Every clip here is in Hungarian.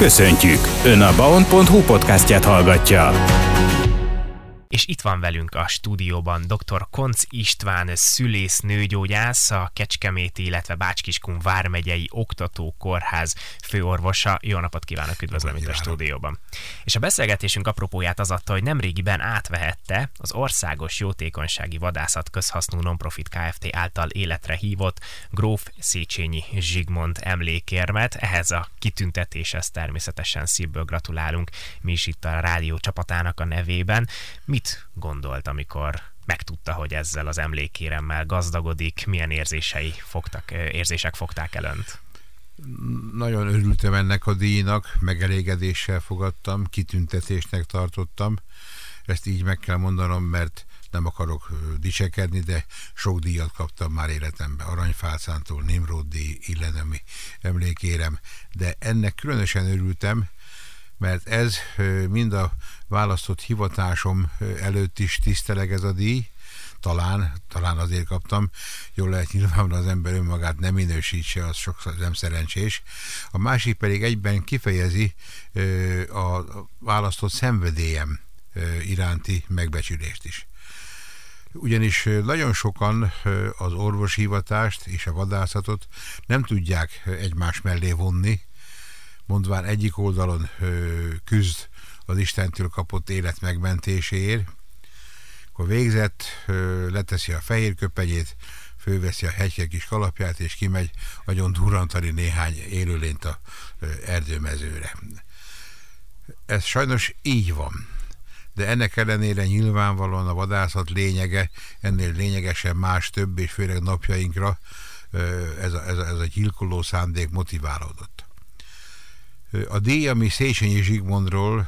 Köszöntjük! Ön a baon.hu podcastját hallgatja. És itt van velünk a stúdióban dr. Koncz István szülész nőgyógyász, a Kecskeméti, illetve Bács-Kiskun vármegyei oktatókórház főorvosa. Jó napot kívánok, üdvözlöm itt a stúdióban. És a beszélgetésünk apropóját az adta, hogy nemrégiben átvehette az Országos Jótékonysági Vadászat Közhasznú Nonprofit Kft. Által életre hívott Gróf Széchenyi Zsigmond emlékérmet. Ehhez a kitüntetéshez természetesen szívből gratulálunk mi is itt a rádió csapatának a nevében. Mit gondolt, amikor megtudta, hogy ezzel az emlékéremmel gazdagodik? Milyen érzések fogták el önt? Nagyon örültem ennek a díjnak, megelégedéssel fogadtam, kitüntetésnek tartottam. Ezt így meg kell mondanom, mert nem akarok dicsekedni, de sok díjat kaptam már életemben. Aranyfálcántól, Nimród díj, illetve emlékérem. De ennek különösen örültem, mert ez mind a választott hivatásom előtt is tiszteleg ez a díj. Talán azért kaptam. Jól lehet, nyilvánvalóan az ember önmagát nem minősítse, az sokszor nem szerencsés. A másik pedig egyben kifejezi a választott szenvedélyem iránti megbecsülést is. Ugyanis nagyon sokan az orvoshivatást és a vadászatot nem tudják egymás mellé vonni, mondván egyik oldalon küzd az Istentől kapott élet megmentéséért, akkor végzett, leteszi a fehér köpenyét, fölveszi a hegyke kis kalapját, és kimegy agyon durrantani néhány élőlényt a erdőmezőre. Ez sajnos így van, de ennek ellenére nyilvánvalóan a vadászat lényege, ennél lényegesen más több, és főleg napjainkra ez a gyilkoló szándék motiválódott. A díj, ami Széchenyi Zsigmondról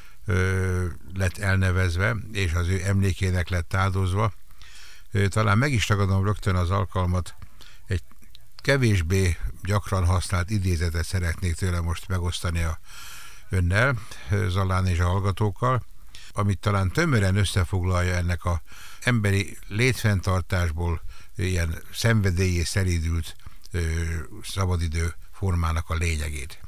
lett elnevezve, és az ő emlékének lett áldozva, talán meg is tagadom rögtön az alkalmat, egy kevésbé gyakran használt idézetet szeretnék tőle most megosztani önnel, Zalán és a hallgatókkal, amit talán tömören összefoglalja ennek a emberi létfenntartásból ilyen szenvedélyé szeridült szabadidő formának a lényegét.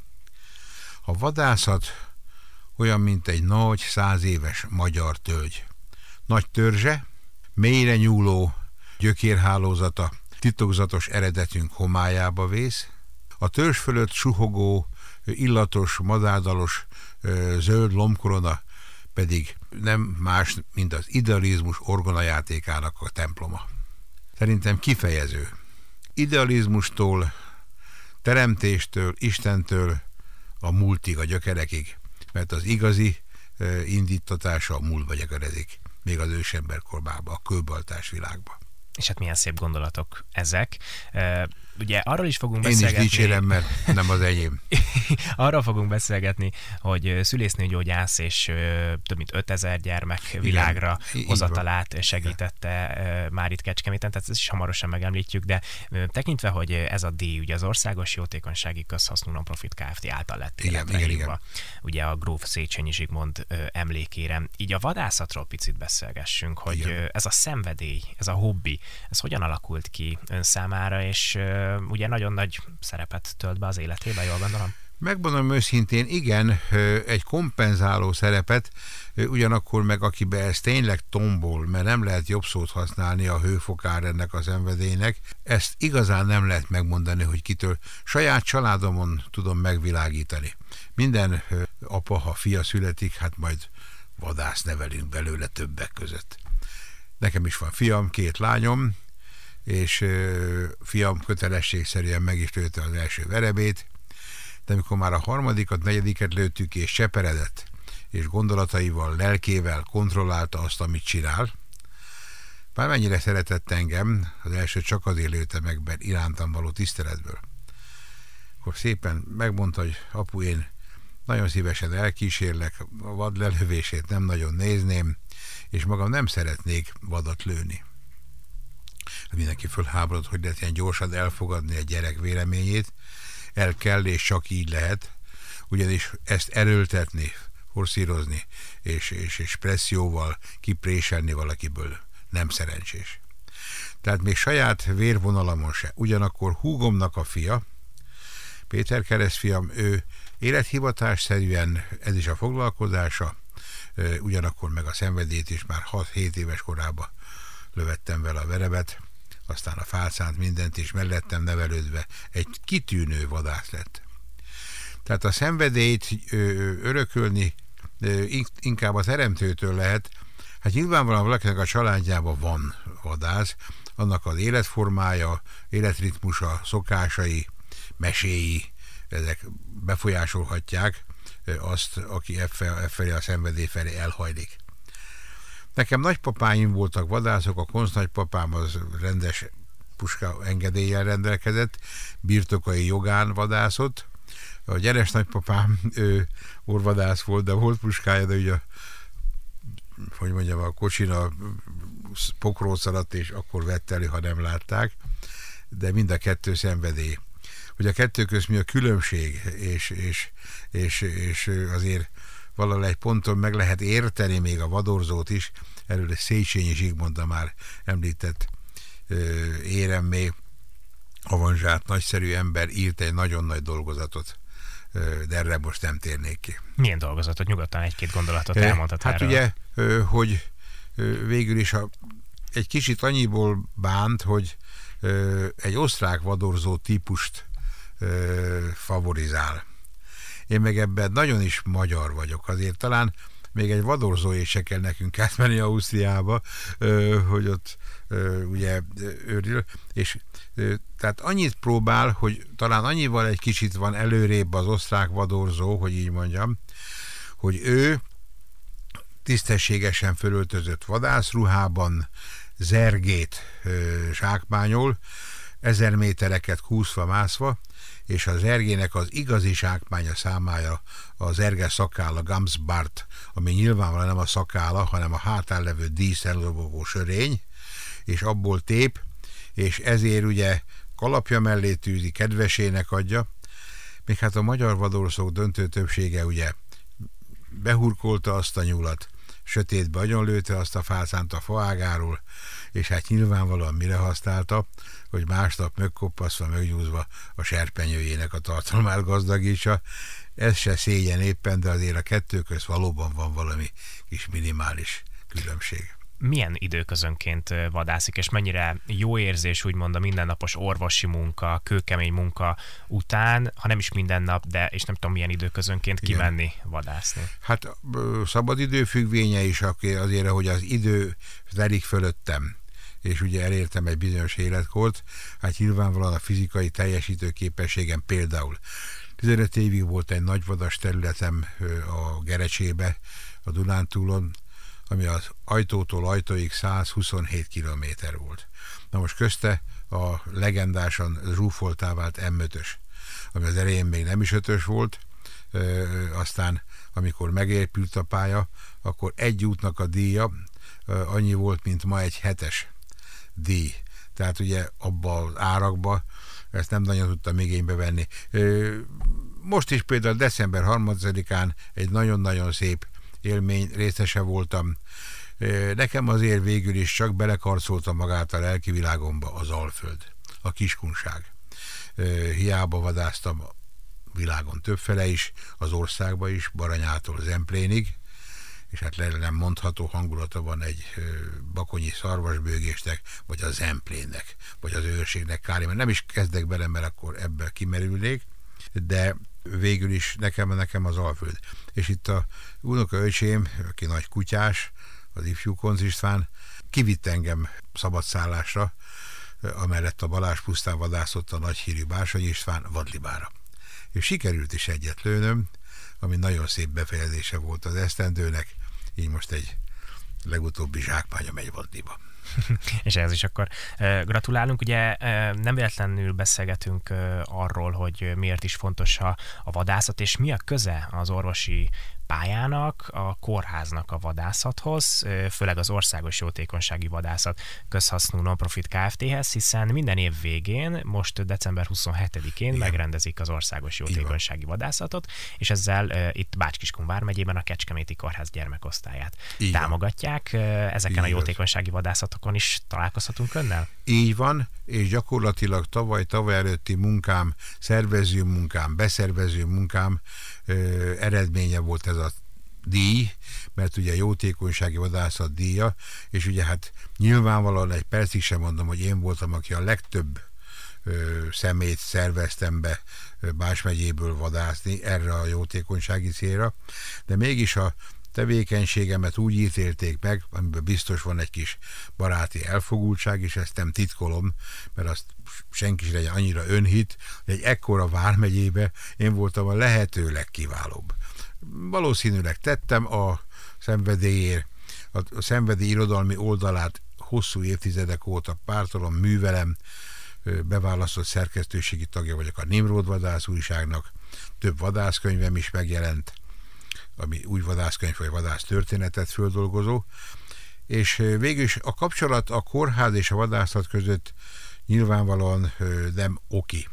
A vadászat olyan, mint egy nagy 100 éves magyar tölgy. Nagy törzse, mélyre nyúló gyökérhálózata titokzatos eredetünk homályába vész, a törzs fölött suhogó, illatos, madárdalos zöld lombkorona pedig nem más, mint az idealizmus orgonajátékának a temploma. Szerintem kifejező. Idealizmustól, teremtéstől, Istentől a múltig, a gyökerekig, mert az igazi indítatása a múltba gyökerezik, még az ősemberkorban, a kőbaltás világban. És hát milyen szép gondolatok ezek. Ugye arról is fogunk beszélgetni... Én is dicsérem, mert nem az enyém. Arról fogunk beszélgetni, hogy szülésznőgyógyász és több mint 5000 gyermek világra hozatalát segítette már itt Kecskeméten, tehát ezt is hamarosan megemlítjük, de tekintve, hogy ez a díj ugye az Országos Jótékonysági Közhasznú Nonprofit Kft. Által lett életre hívva, ugye a Gróf Széchenyi Zsigmond emlékére. Így a vadászatról picit beszélgessünk, hogy igen, ez a szenvedély, ez a hobbi, ez hogyan alakult ki ön számára, és ugye nagyon nagy szerepet tölt be az életében, jól gondolom? Megmondom őszintén, igen, egy kompenzáló szerepet, ugyanakkor meg akibe ez tényleg tombol, mert nem lehet jobb szót használni a hőfokár ennek a szenvedélynek, ezt igazán nem lehet megmondani, hogy kitől. Saját családomon tudom megvilágítani. Minden apa, ha fia születik, hát majd vadász nevelünk belőle többek között. Nekem is van fiam, 2 lányom, és fiam kötelességszerűen meg is lőtte az első verebét, de amikor már a 3., 4. lőttük, és cseperedett, és gondolataival, lelkével kontrollálta azt, amit csinál, bármennyire szeretett engem, az első csak azért lőtte meg, mert irántam való tiszteletből. Akkor szépen megmondta, hogy apu, én nagyon szívesen elkísérlek, a vad lelövését nem nagyon nézném, és magam nem szeretnék vadat lőni. Mindenki fölháborodott, hogy lehet ilyen gyorsan elfogadni egy gyerek véleményét. El kell, és csak így lehet, ugyanis ezt erőltetni, forszírozni, és presszióval kipréselni valakiből nem szerencsés. Tehát még saját vérvonalamon se. Ugyanakkor húgomnak a fia, Péter keresztfiam, ő élethivatásszerűen ez is a foglalkozása, ugyanakkor meg a szenvedélyt is már 6-7 éves korában lövettem vele a verebet, aztán a fászánt, mindent is mellettem nevelődve egy kitűnő vadász lett. Tehát a szenvedélyt örökölni inkább a teremtőtől lehet. Hát nyilvánvalóan valakinek a családjában van vadász, annak az életformája, életritmusa, szokásai, meséi, ezek befolyásolhatják azt, aki felé a szenvedély felé elhajlik. Nekem nagypapáim voltak vadászok, a Koncz nagypapám az rendes puska engedéllyel rendelkezett, birtokai jogán vadászott. A Gyeres nagypapám orvadász volt, de volt puskája, de ugye a kocsin a pokról szaladt, és akkor vett elő, ha nem látták, de mind a kettő szenvedély. Hogy a kettő közt mi a különbség, és azért valahol egy ponton meg lehet érteni még a vadorzót is, erről Széchenyi Zsigmond már említett éremmé avanzsát nagyszerű ember írt egy nagyon nagy dolgozatot, de erre most nem térnék ki. Milyen dolgozatot? Nyugodtan egy-két gondolatot elmondhat hát erről. Hát ugye, hogy végül is egy kicsit annyiból bánt, hogy egy osztrák vadorzó típust favorizál. Én meg ebben nagyon is magyar vagyok. Azért talán még egy vadorzóért se kell nekünk átmenni Ausztriába, hogy ott ugye őrül, és tehát annyit próbál, hogy talán annyival egy kicsit van előrébb az osztrák vadorzó, hogy így mondjam, hogy ő tisztességesen fölöltözött vadászruhában zergét zsákmányol, 1000 métereket kúszva, mászva, és a zergének az igazi zsákmánya számája a zerge szakála, Gamsbart, ami nyilvánvalóan nem a szakála, hanem a hátán levő díszelobogó sörény, és abból tép, és ezért ugye kalapja mellé tűzi, kedvesének adja, még hát a magyar vadorzók döntő többsége ugye behurkolta azt a nyulat, sötétbe agyonlőtte azt a fászánt a faágáról, és hát nyilvánvalóan mire használta, hogy másnap megkoppasztva, meggyúzva a serpenyőjének a tartalmát gazdagítsa. Ez se szégyen éppen, de azért a kettő közt valóban van valami kis minimális különbség. Milyen időközönként vadászik, és mennyire jó érzés úgymond a mindennapos orvosi munka, kőkemény munka után, ha nem is minden nap, de és nem tudom milyen időközönként kimenni vadászni? Hát szabadidő függvénye is azért, hogy az idő telik fölöttem, és ugye elértem egy bizonyos életkort, hát nyilvánvalóan a fizikai teljesítő képességem például. 15 évig volt egy nagyvadas területem a Gerecsébe, a Dunántúlon, ami az ajtótól ajtóig 127 kilométer volt. Na most közte a legendásan zsúfoltá vált M5-ös, ami az elején még nem is 5-ös volt, aztán amikor megépült a pálya, akkor egy útnak a díja annyi volt, mint ma egy 7-es díj. Tehát ugye abba az árakba ezt nem nagyon tudtam igénybe venni. Most is például december 3-án egy nagyon-nagyon szép élmény részese voltam. Nekem azért végül is csak belekarcolta magát a lelki világomba az Alföld, a Kiskunság. Hiába vadáztam a világon többfele is, az országba is, Baranyától Zemplénig, és hát nem mondható hangulata van egy bakonyi szarvasbőgésnek, vagy a Zemplénnek, vagy az őrségnek kár, mert nem is kezdek bele, mert akkor ebben kimerülnék, de végül is nekem az Alföld. És itt a unokaöcsém, aki nagy kutyás, az ifjú Koncz István, kivitt engem szabadszállásra, amellett a Balázs pusztán vadászott a nagyhírű Bársony István vadlibára. És sikerült is egyet lőnöm, ami nagyon szép befejezése volt az esztendőnek, így most egy legutóbbi zsákmánya megy vadliba. És ez is akkor gratulálunk. Ugye nem véletlenül beszélgetünk arról, hogy miért is fontos a vadászat, és mi a köze az orvosi pályának, a kórháznak a vadászathoz, főleg az Országos Jótékonysági Vadászat Közhasznú Nonprofit Kft-hez, hiszen minden év végén, most december 27-én megrendezik az Országos Jótékonysági Vadászatot, és ezzel itt Bács-Kiskun vármegyében a Kecskeméti Kórház gyermekosztályát támogatják. Ezeken a jótékonysági vadászaton vadászatokon is találkozhatunk önnel? Így van, és gyakorlatilag tavaly előtti munkám, szervező munkám, beszervező munkám eredménye volt ez a díj, mert ugye jótékonysági vadászat díja, és ugye hát nyilvánvalóan egy percig sem mondom, hogy én voltam, aki a legtöbb szemét szerveztem be Bács megyéből vadászni erre a jótékonysági célra, de mégis a tevékenységemet úgy ítélték meg, amiben biztos van egy kis baráti elfogultság, és ezt nem titkolom, mert azt senki sem legyen annyira önhit, hogy egy ekkora vármegyébe én voltam a lehető legkiválóbb. Valószínűleg tettem a szenvedélyért, a szenvedély irodalmi oldalát hosszú évtizedek óta pártolom, művelem, beválasztott szerkesztőségi tagja vagyok a Nimród Vadász újságnak, több vadászkönyvem is megjelent, ami új vadászkönyv vagy vadász történetet földolgozó, és végül is a kapcsolat a kórház és a vadászat között nyilvánvalóan nem oki.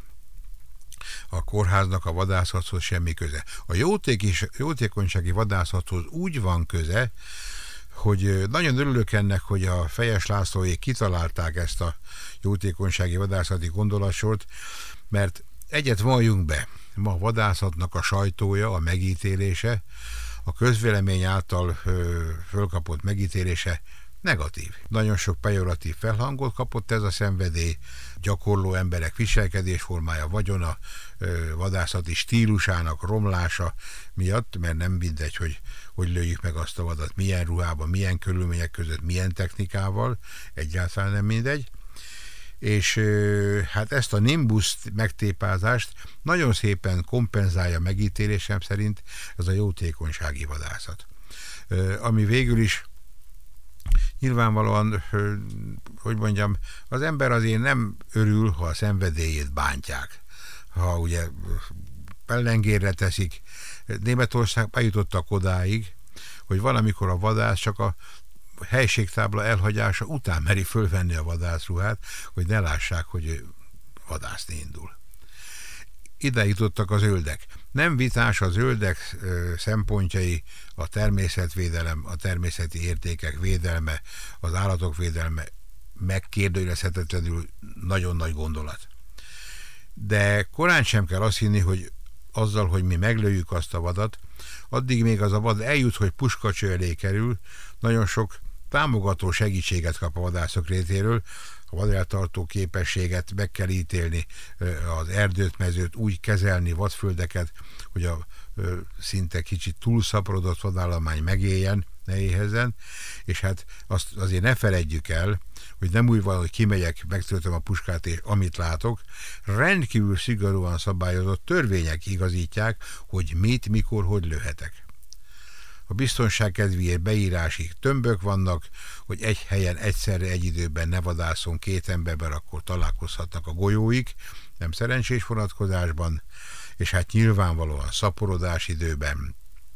A kórháznak a vadászathoz semmi köze. A jótékonysági vadászathoz úgy van köze, hogy nagyon örülök ennek, hogy a Fejes Lászlóék kitalálták ezt a jótékonysági vadászati gondolatsort, mert egyet valljunk be, ma a vadászatnak a sajtója, a megítélése, a közvélemény által fölkapott megítélése negatív. Nagyon sok pejoratív felhangot kapott ez a szenvedély, gyakorló emberek viselkedésformája, vagyona, vadászati stílusának romlása miatt, mert nem mindegy, hogy lőjük meg azt a vadat, milyen ruhában, milyen körülmények között, milyen technikával, egyáltalán nem mindegy. És hát ezt a nimbus megtépázást nagyon szépen kompenzálja megítélésem szerint ez a jótékonysági vadászat. Ami végül is nyilvánvalóan, hogy mondjam, az ember azért nem örül, ha a szenvedélyét bántják. Ha ugye pellengérre teszik. Németország eljutottak odáig, hogy valamikor a vadász csak a helységtábla elhagyása után meri fölvenni a vadászruhát, hogy ne lássák, hogy ő vadászni indul. Ide jutottak a zöldek. Nem vitás a zöldek szempontjai, a természetvédelem, a természeti értékek védelme, az állatok védelme megkérdőjelezhetetlenül nagyon nagy gondolat. De korán sem kell azt hinni, hogy azzal, hogy mi meglőjük azt a vadat, addig még az a vad eljut, hogy puskacső elé kerül, nagyon sok támogató segítséget kap a vadászok részéről, a vadeltartó képességet meg kell ítélni, az erdőt, mezőt úgy kezelni, vadföldeket, hogy a szinte kicsit túlszaporodott vadállomány megéljen, ne éhezzen, és hát azt azért ne feledjük el, hogy nem úgy van, hogy kimegyek, megtöltöm a puskát, és amit látok, rendkívül szigorúan szabályozott törvények igazítják, hogy mit, mikor, hogy lőhetek. A biztonság kedvéért beírási tömbök vannak, hogy egy helyen egyszerre egy időben ne vadászon két emberben, akkor találkozhatnak a golyóik, nem szerencsés vonatkozásban, és hát nyilvánvalóan szaporodás időben,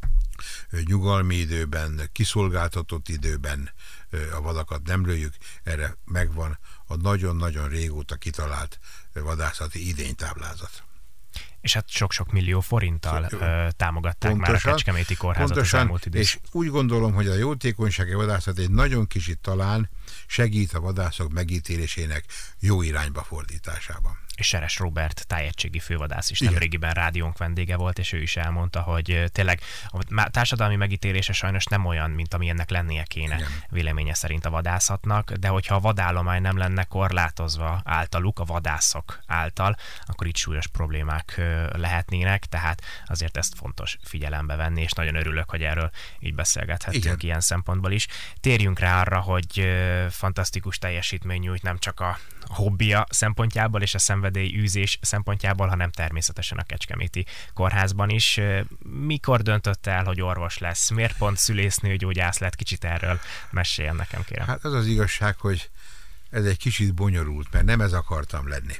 nyugalmi időben, kiszolgáltatott időben a vadakat nem lőjük, erre megvan a nagyon-nagyon régóta kitalált vadászati idénytáblázat. És hát sok-sok millió forinttal támogatták pontosan, már a Kecskeméti Kórházat pontosan, az elmúlt időszak. És úgy gondolom, hogy a jótékonysági vadászat egy nagyon kicsit talán segít a vadászok megítélésének jó irányba fordításában. És Seres Róbert tájegységi fővadász is nemrégiben rádiónk vendége volt, és ő is elmondta, hogy tényleg a társadalmi megítélése sajnos nem olyan, mint ami ennek lennie kéne. Igen. Véleménye szerint a vadászatnak, de hogyha a vadállomány nem lenne korlátozva általuk, a vadászok által, akkor itt súlyos problémák lehetnének, tehát azért ezt fontos figyelembe venni, és nagyon örülök, hogy erről így beszélgethettünk ilyen szempontból is. Térjünk rá arra, hogy fantasztikus teljesítmény nyújt nem csak a hobbija szempontjából és a szenvedélyűzés szempontjából, hanem természetesen a Kecskeméti Kórházban is. Mikor döntött el, hogy orvos lesz? Miért pont szülésznőgyógyász lett? Kicsit erről meséljen nekem, kérem. Hát az az igazság, hogy ez egy kicsit bonyolult, mert nem ez akartam lenni.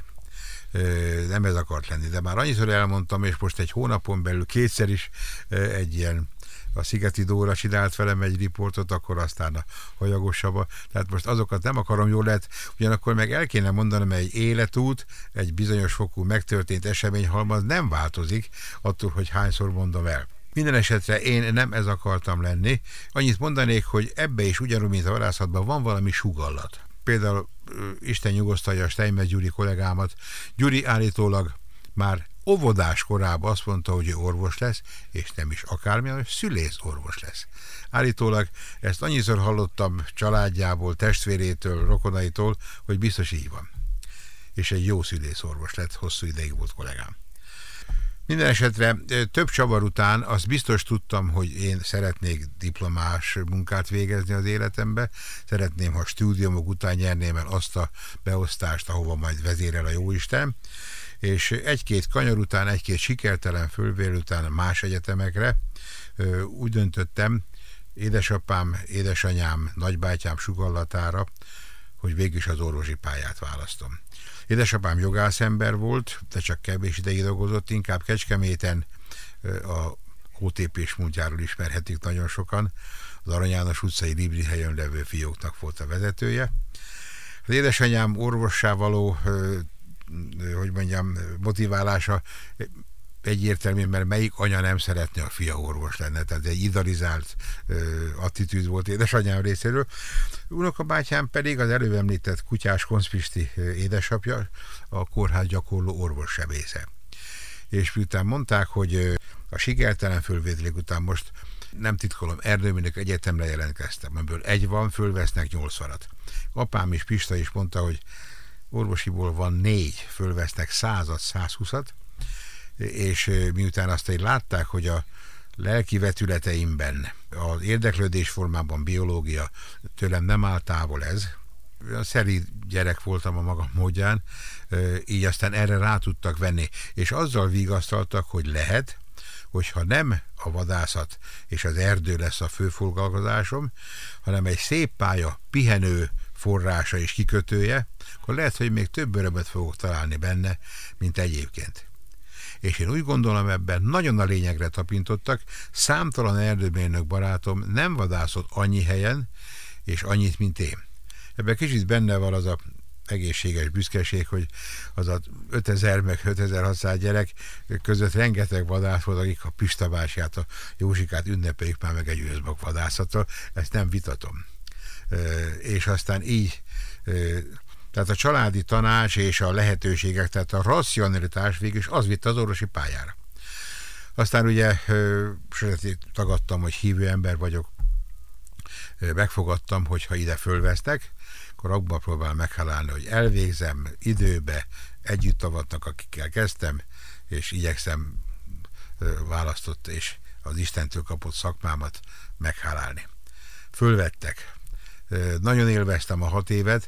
Nem ez akart lenni, de már annyiszor elmondtam, és most egy hónapon belül kétszer is egy ilyen a Szigeti Dóra csinált velem egy riportot, akkor aztán a Hajagosaba. Tehát most azokat nem akarom, jól lehet, ugyanakkor meg el kéne mondanom, egy életút, egy bizonyos fokú megtörtént eseményhalmaz nem változik attól, hogy hányszor mondom el. Minden esetre én nem ez akartam lenni. Annyit mondanék, hogy ebbe is ugyanúgy, mint a vadászatban van valami sugallat. Például Isten nyugosztalja a Steinmetz Gyuri kollégámat. Gyuri állítólag már óvodás korában azt mondta, hogy ő orvos lesz, és nem is akármilyen, hogy szülész orvos lesz. Állítólag ezt annyiszor hallottam családjából, testvérétől, rokonaitól, hogy biztos így van. És egy jó szülész orvos lett, hosszú ideig volt kollégám. Minden esetre több csavar után azt biztos tudtam, hogy én szeretnék diplomás munkát végezni az életembe, szeretném, ha stúdiumok után nyerném el azt a beosztást, ahova majd vezérel a Jóisten, és egy-két kanyar után, egy-két sikertelen fölvér után más egyetemekre úgy döntöttem, édesapám, édesanyám, nagybátyám sugallatára, hogy végül is az orvosi pályát választom. Édesapám jogászember volt, de csak kevés ideig dolgozott, inkább Kecskeméten, a OTP-s múltjáról ismerhetik nagyon sokan, az Arany János utcai Libri helyen levő fióknak volt a vezetője. Az édesanyám orvossá való, hogy mondjam, motiválása egyértelmű, mert melyik anya nem szeretne, a fia orvos lenne, tehát egy idealizált attitűd volt édesanyám részéről. Unokabátyám pedig az előbb említett Kutyás Konszpisti édesapja, a kórház gyakorló orvossebésze. És miután mondták, hogy a sikertelen fölvételik után most nem titkolom, Erdőmérnök Egyetemre jelentkeztem, amiből egy van, fölvesznek 80-at. Apám is, Pista is mondta, hogy orvosiból van 4, fölvesznek 100-at, 120-at, és miután azt így látták, hogy a lelki vetületeimben, az érdeklődés formában biológia, tőlem nem áll távol ez, szeri gyerek voltam a magam módján, így aztán erre rá tudtak venni, és azzal vigasztaltak, hogy lehet, hogyha nem a vadászat és az erdő lesz a fő foglalkozásom, hanem egy szép pálya, pihenő forrása és kikötője, akkor lehet, hogy még több örömöt fogok találni benne, mint egyébként. És én úgy gondolom, ebben nagyon a lényegre tapintottak, számtalan erdőmérnök barátom nem vadászott annyi helyen, és annyit, mint én. Ebben kicsit benne van az a egészséges büszkeség, hogy az a 5000 meg 5600 gyerek között rengeteg vadász volt, akik a Pista bástyát, a Józsikát ünnepeljük már meg egy őszbak vadászattal, ezt nem vitatom. És aztán így, tehát a családi tanács és a lehetőségek, tehát a racionalitás végül is az vitt az orvosi pályára. Aztán ugye sosem tagadtam, hogy hívő ember vagyok, megfogadtam, hogyha ide fölvesznek, akkor abban próbálom meghalálni, hogy elvégzem időbe, együtt avatnak, akikkel kezdtem, és igyekszem választott és az Istentől kapott szakmámat meghálálni. Fölvettek. Nagyon élveztem a 6 évet,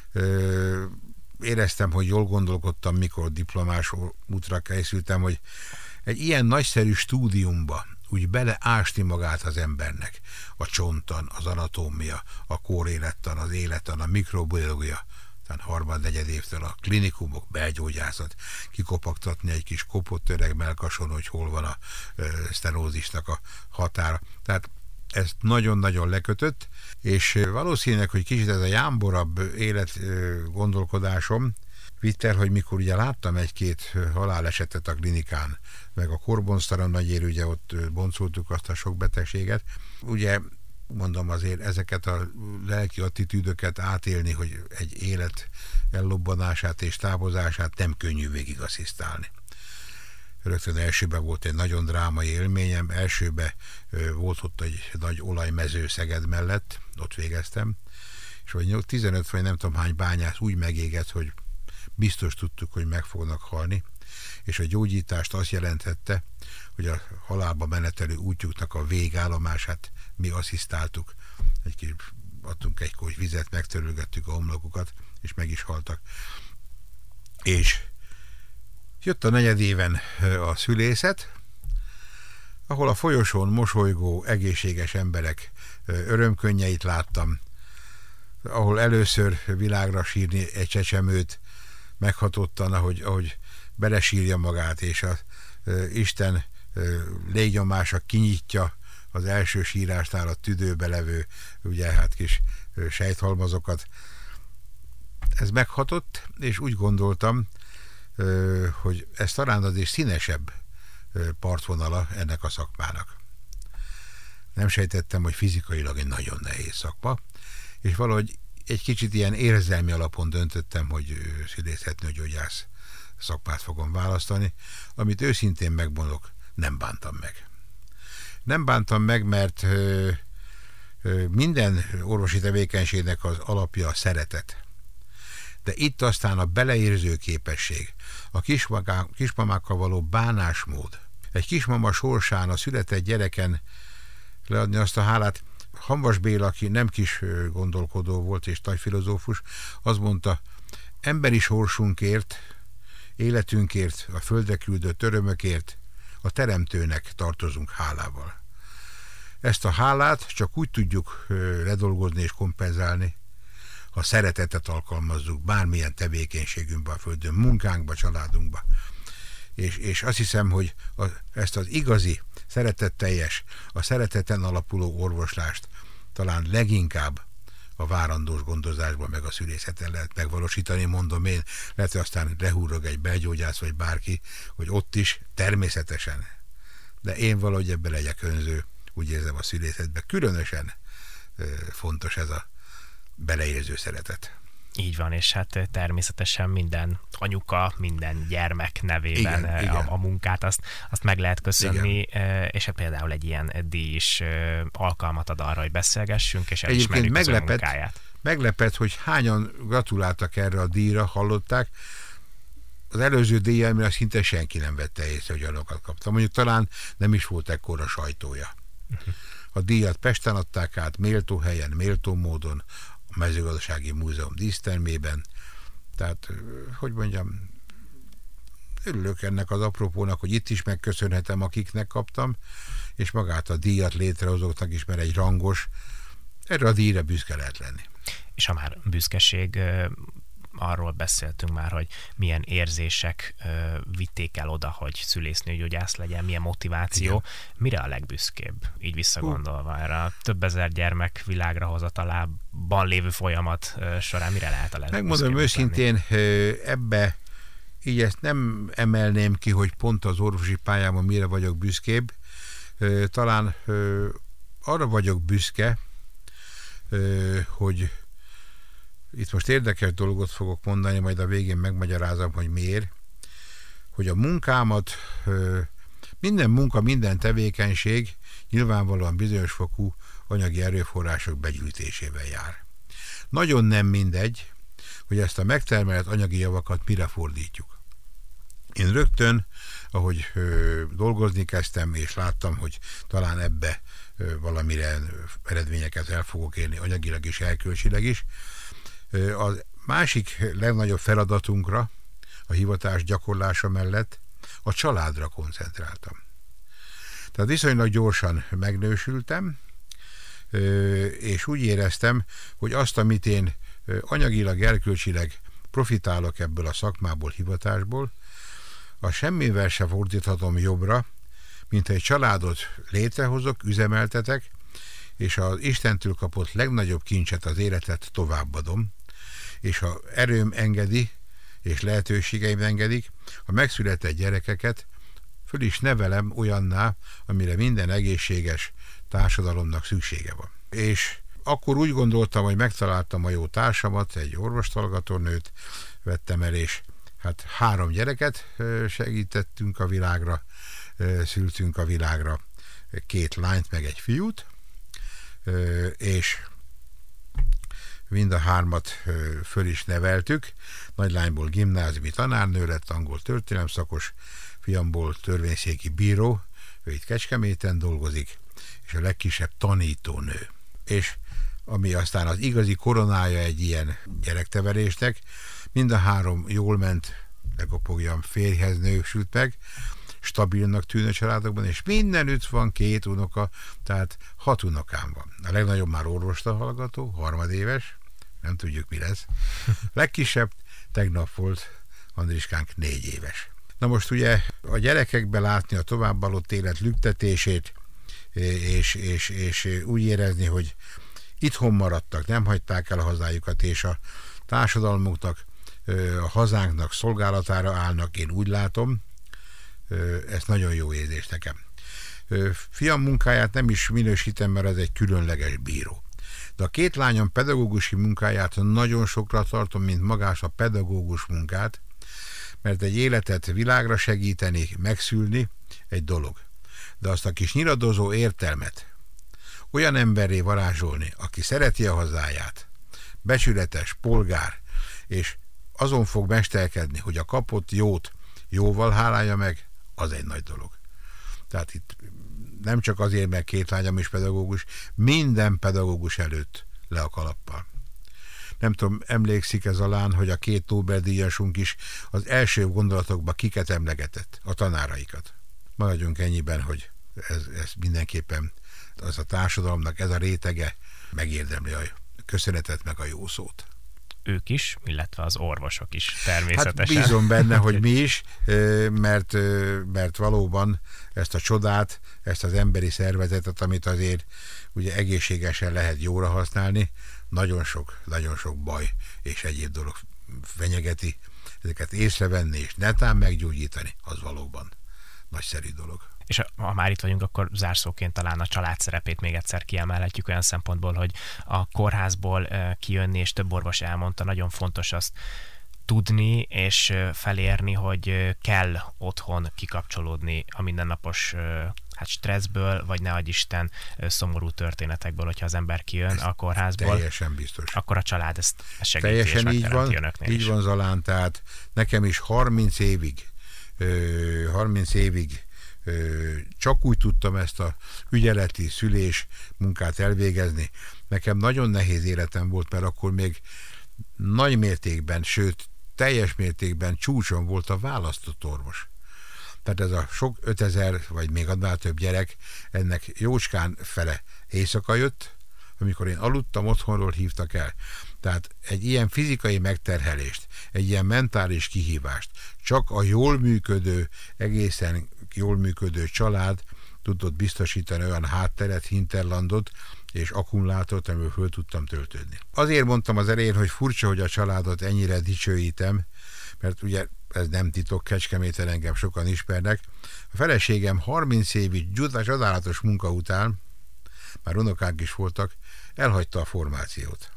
éreztem, hogy jól gondolkodtam, mikor diplomás útra készültem, hogy egy ilyen nagyszerű stúdiumba úgy beleásni magát az embernek, a csontan, az anatómia, a kórélettan, az élettan, a mikrobiológia, aztán 3.-4. évtől a klinikumok, belgyógyászat, kikopaktatni egy kis kopott öreg melkason, hogy hol van a sztenózisnak a határa. Tehát ezt nagyon-nagyon lekötött, és valószínűleg, hogy kicsit ez a jámborabb élet gondolkodásom vitt el, hogy mikor ugye láttam egy-két halálesetet a klinikán, meg a korbonsztalan nagyér, ugye ott boncoltuk azt a sok betegséget. Ugye mondom, azért ezeket a lelki attitűdöket átélni, hogy egy élet ellobbanását és távozását nem könnyű végig asszisztálni. Rögtön elsőben volt egy nagyon drámai élményem, elsőben volt ott egy nagy olajmező Szeged mellett, ott végeztem, és vagy 15 vagy nem tudom hány bányász úgy megégett, hogy biztos tudtuk, hogy meg fognak halni, és a gyógyítást azt jelenthette, hogy a halálba menetelő útjuknak a végállomását mi asszisztáltuk. Adtunk egy kócs vizet, megtörölgettük a homlokukat, és meg is haltak. És jött a 4. éven a szülészet, ahol a folyosón mosolygó, egészséges emberek örömkönnyeit láttam, ahol először világra sírni egy csecsemőt meghatottan, ahogy belesírja magát, és az Isten légnyomása kinyitja az első sírásnál a tüdőbe levő, ugye hát kis sejthalmazokat. Ez meghatott, és úgy gondoltam, hogy ez talán azért színesebb partvonala ennek a szakmának. Nem sejtettem, hogy fizikailag egy nagyon nehéz szakma, és valahogy egy kicsit ilyen érzelmi alapon döntöttem, hogy szülésznőgyógyász szakmát fogom választani, amit őszintén megmondok, nem bántam meg. Nem bántam meg, mert minden orvosi tevékenységnek az alapja a szeretet. De itt aztán a beleérző képesség, a kismamákkal való bánásmód, egy kismama sorsán, a született gyereken leadni azt a hálát. Hamvas Béla, aki nem kis gondolkodó volt és nagy filozófus, azt mondta, emberi sorsunkért, életünkért, a földre küldött örömökért a Teremtőnek tartozunk hálával. Ezt a hálát csak úgy tudjuk ledolgozni és kompenzálni, ha szeretetet alkalmazzuk bármilyen tevékenységünkben a földön, munkánkba, családunkba. És azt hiszem, hogy ezt az igazi, szeretetteljes, a szereteten alapuló orvoslást talán leginkább a várandós gondozásban meg a szülészeten lehet megvalósítani, mondom én, lehet, hogy aztán rehúrog egy belgyógyász vagy bárki, hogy ott is természetesen. De én valahogy ebbe legyek önző, úgy érzem a szülészetben. Különösen fontos ez a beleérző szeretet. Így van, és hát természetesen minden anyuka, minden gyermek nevében igen. A munkát azt meg lehet köszönni, igen. És hát például egy ilyen díj is alkalmat ad arra, hogy beszélgessünk, és elismerjük az ön munkáját. Meglepett, hogy hányan gratuláltak erre a díjra, hallották. Az előző díjamra szinte senki nem vette észre, hogy olyanokat kaptam. Mondjuk talán nem is volt ekkora sajtója. A díjat Pesten adták át, méltó helyen, méltó módon, a Mezőgazdasági Múzeum dísztermében. Tehát, hogy mondjam, örülök ennek az apropónak, hogy itt is megköszönhetem, akiknek kaptam, és magát a díjat létrehozóknak is, mert egy rangos, erre a díjra büszke lehet lenni. És ha már büszkeség, arról beszéltünk már, hogy milyen érzések vitték el oda, hogy szülésznőgyógyász legyen, milyen motiváció. Igen. Mire a legbüszkébb, így visszagondolva erre a több ezer gyermek világra hozatalában lévő folyamat során, mire lehet a legbüszkébb? Megmondom őszintén, ebbe így ezt nem emelném ki, hogy pont az orvosi pályámon mire vagyok büszkébb. Talán arra vagyok büszke, hogy itt most érdekes dolgot fogok mondani, majd a végén megmagyarázom, hogy miért, hogy a munkámat, minden munka, minden tevékenység nyilvánvalóan bizonyos fokú anyagi erőforrások begyűjtésével jár. Nagyon nem mindegy, hogy ezt a megtermelt anyagi javakat mire fordítjuk. Én rögtön, ahogy dolgozni kezdtem, és láttam, hogy talán ebbe valamire eredményeket el fogok érni, anyagilag és erkölcsileg is, a másik legnagyobb feladatunkra, a hivatás gyakorlása mellett a családra koncentráltam. Tehát viszonylag gyorsan megnősültem, és úgy éreztem, hogy azt, amit én anyagilag, erkölcsileg profitálok ebből a szakmából, hivatásból, a semmivel se fordíthatom jobbra, mint egy családot létrehozok, üzemeltetek, és az Istentől kapott legnagyobb kincset, az életet továbbadom, és ha erőm engedi, és lehetőségeim engedik, a megszületett gyerekeket föl is nevelem olyanná, amire minden egészséges társadalomnak szüksége van. És akkor úgy gondoltam, hogy megtaláltam a jó társamat, egy orvoshallgatónőt vettem el, és hát 3 gyereket segítettünk a világra, szültünk a világra, 2 lányt, meg egy fiút, és mind a 3 föl is neveltük. Nagylányból gimnáziumi tanárnő lett, angol történelemszakos, fiamból törvényszéki bíró, ő itt Kecskeméten dolgozik, és a legkisebb tanítónő. És ami aztán az igazi koronája egy ilyen gyerektevelésnek, mind a 3 jól ment, lekopogjam, férjhez nősült meg, stabilnak tűnő családokban, és mindenütt van 2 unoka, tehát 6 unokám van. A legnagyobb már orvostanhallgató, 3 éves, nem tudjuk mi lesz. Legkisebb tegnap volt Andriskánk 4 éves. Na most ugye a gyerekekbe látni a továbbvalott élet lüktetését, és úgy érezni, hogy itthon maradtak, nem hagyták el a hazájukat, és a társadalmunknak, a hazánknak szolgálatára állnak, én úgy látom, ez nagyon jó érzés nekem. Fiam munkáját nem is minősítem, mert ez egy különleges bíró. De a két lányom pedagógusi munkáját nagyon sokra tartom, mint magás a pedagógus munkát, mert egy életet világra segíteni, megszülni egy dolog. De azt a kis nyiladozó értelmet olyan emberré varázsolni, aki szereti a hazáját, becsületes, polgár, és azon fog mesterkedni, hogy a kapott jót jóval hálálja meg, az egy nagy dolog. Tehát itt nem csak azért, mert két lányom is pedagógus, minden pedagógus előtt le a kalappal. Nem tudom, emlékszik ez alán, hogy a két Nobel-díjasunk is az első gondolatokban kiket emlegetett, a tanáraikat. Maradjunk ennyiben, hogy ez mindenképpen az a társadalomnak ez a rétege megérdemli a köszönetet meg a jó szót. Ők is, illetve az orvosok is természetesen. Hát bízom benne, hogy mi is, mert valóban ezt a csodát, ezt az emberi szervezetet, amit azért ugye egészségesen lehet jóra használni, nagyon sok baj és egyéb dolog fenyegeti. Ezeket észrevenni és netán meggyógyítani, az valóban nagyszerű dolog. És ha már itt vagyunk, akkor zárszóként talán a család szerepét még egyszer kiemelhetjük olyan szempontból, hogy a kórházból kijönni, és több orvos elmondta, nagyon fontos azt tudni és felérni, hogy kell otthon kikapcsolódni a mindennapos stresszből, vagy ne adj Isten szomorú történetekből, hogyha az ember kijön a kórházból. Teljesen biztos. Akkor a család ezt segíti. Teljesen és így van, így van Zalán, tehát nekem is 30 évig csak úgy tudtam ezt a ügyeleti szülés munkát elvégezni. Nekem nagyon nehéz életem volt, mert akkor még nagy mértékben, sőt teljes mértékben csúcson volt a választott orvos. Tehát ez a sok 5000, vagy még annál több gyerek, ennek jócskán fele éjszaka jött, amikor én aludtam, otthonról hívtak el. Tehát egy ilyen fizikai megterhelést, egy ilyen mentális kihívást csak a jól működő, egészen jól működő család tudott biztosítani olyan hátteret, hinterlandot és akkumulátort, amiből föl tudtam töltődni. Azért mondtam az elején, hogy furcsa, hogy a családot ennyire dicsőítem, mert ugye ez nem titok, Kecskeméten engem sokan ismernek. A feleségem 30 évi csodálatos munka után, már unokánk is voltak, elhagyta a formációt.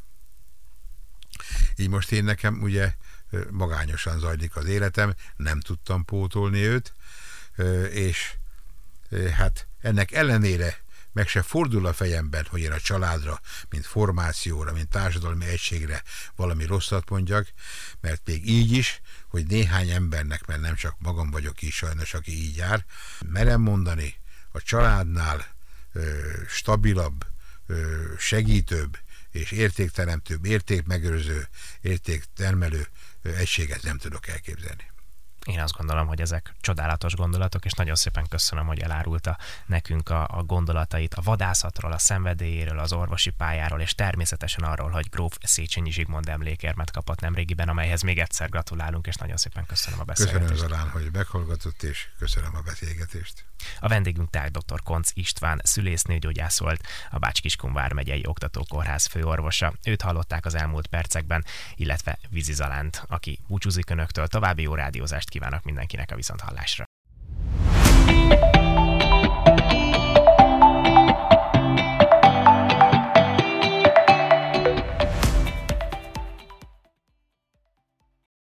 Így most én nekem ugye magányosan zajlik az életem, nem tudtam pótolni őt, és hát ennek ellenére meg se fordul a fejemben, hogy én a családra, mint formációra, mint társadalmi egységre valami rosszat mondjak, mert még így is, hogy néhány embernek, mert nem csak magam vagyok így sajnos, aki így jár, merem mondani, a családnál stabilabb, segítőbb és értékteremtőbb, értékmegőrző, értéktermelő egységet nem tudok elképzelni. Én azt gondolom, hogy ezek csodálatos gondolatok, és nagyon szépen köszönöm, hogy elárulta nekünk a gondolatait a vadászatról, a szenvedélyéről, az orvosi pályáról, és természetesen arról, hogy gróf Széchenyi Zsigmond emlékérmet kapott nemrégiben, amelyhez még egyszer gratulálunk, és nagyon szépen köszönöm a beszélgetést. Köszönöm Zalán, hogy meghallgatott, és köszönöm a beszélgetést. A vendégünk tehát dr. Koncz István szülésznőgyógyász volt, a Bács-Kiskun vármegyei oktatókórház főorvosa. Őt hallották az elmúlt percekben, illetve Vizi Zalánt, aki búcsúzik önöktől. További jó rádiózást kívánok mindenkinek, a viszonthallásra.